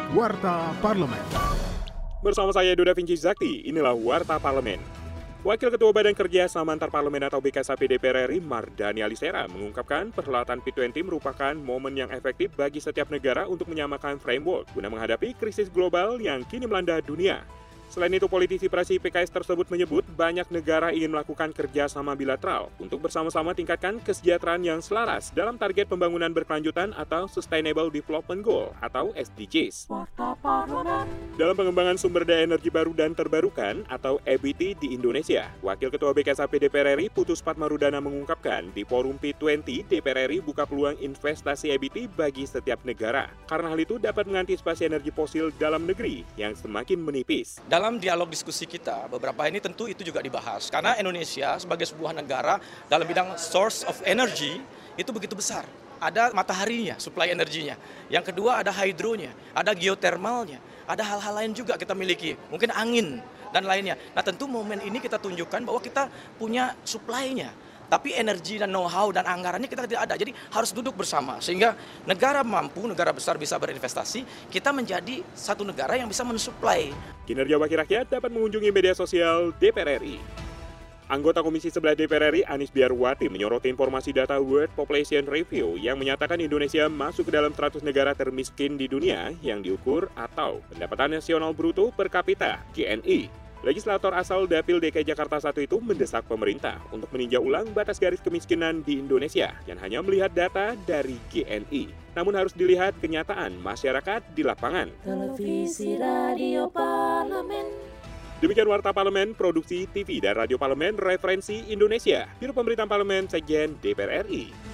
Warta Parlemen. Bersama saya Duda Vinci Zakti, inilah Warta Parlemen. Wakil Ketua Badan Kerja Sama Antar Parlemen atau BKSAP DPR RI, Mardhani Alisera, mengungkapkan perhelatan P20 merupakan momen yang efektif bagi setiap negara untuk menyamakan framework guna menghadapi krisis global yang kini melanda dunia. Selain itu, politisi fraksi PKS tersebut menyebut banyak negara ingin melakukan kerjasama bilateral untuk bersama-sama tingkatkan kesejahteraan yang selaras dalam target pembangunan berkelanjutan atau Sustainable Development Goal atau SDGs. Dalam pengembangan sumber daya energi baru dan terbarukan atau EBT di Indonesia, Wakil Ketua BKSAP DPR RI Putus Patmarudana mengungkapkan di forum P20 DPR RI buka peluang investasi EBT bagi setiap negara. Karena hal itu dapat mengantisipasi energi fosil dalam negeri yang semakin menipis. Dalam dialog diskusi kita, beberapa ini tentu itu juga dibahas. Karena Indonesia sebagai sebuah negara dalam bidang source of energy itu begitu besar. Ada mataharinya, suplai energinya. Yang kedua ada hidronya, ada geotermalnya, ada hal-hal lain juga kita miliki. Mungkin angin dan lainnya. Nah tentu momen ini kita tunjukkan bahwa kita punya suplainya. Tapi energi dan know-how dan anggarannya kita tidak ada. Jadi harus duduk bersama. Sehingga negara mampu, negara besar bisa berinvestasi. Kita menjadi satu negara yang bisa mensuplai. Kinerja Wakil Rakyat dapat mengunjungi media sosial DPR RI. Anggota Komisi 11 DPR RI Anies Biarwati menyoroti informasi data World Population Review yang menyatakan Indonesia masuk ke dalam 100 negara termiskin di dunia yang diukur atau pendapatan nasional bruto per kapita (GNI). Legislator asal Dapil DKI Jakarta 1 itu mendesak pemerintah untuk meninjau ulang batas garis kemiskinan di Indonesia yang hanya melihat data dari GNI. Namun harus dilihat kenyataan masyarakat di lapangan. Televisi Radio Parlemen. Demikian Warta Parlemen, produksi TV dan Radio Parlemen Referensi Indonesia. Biro Pemberitaan Parlemen, Sekjen DPR RI.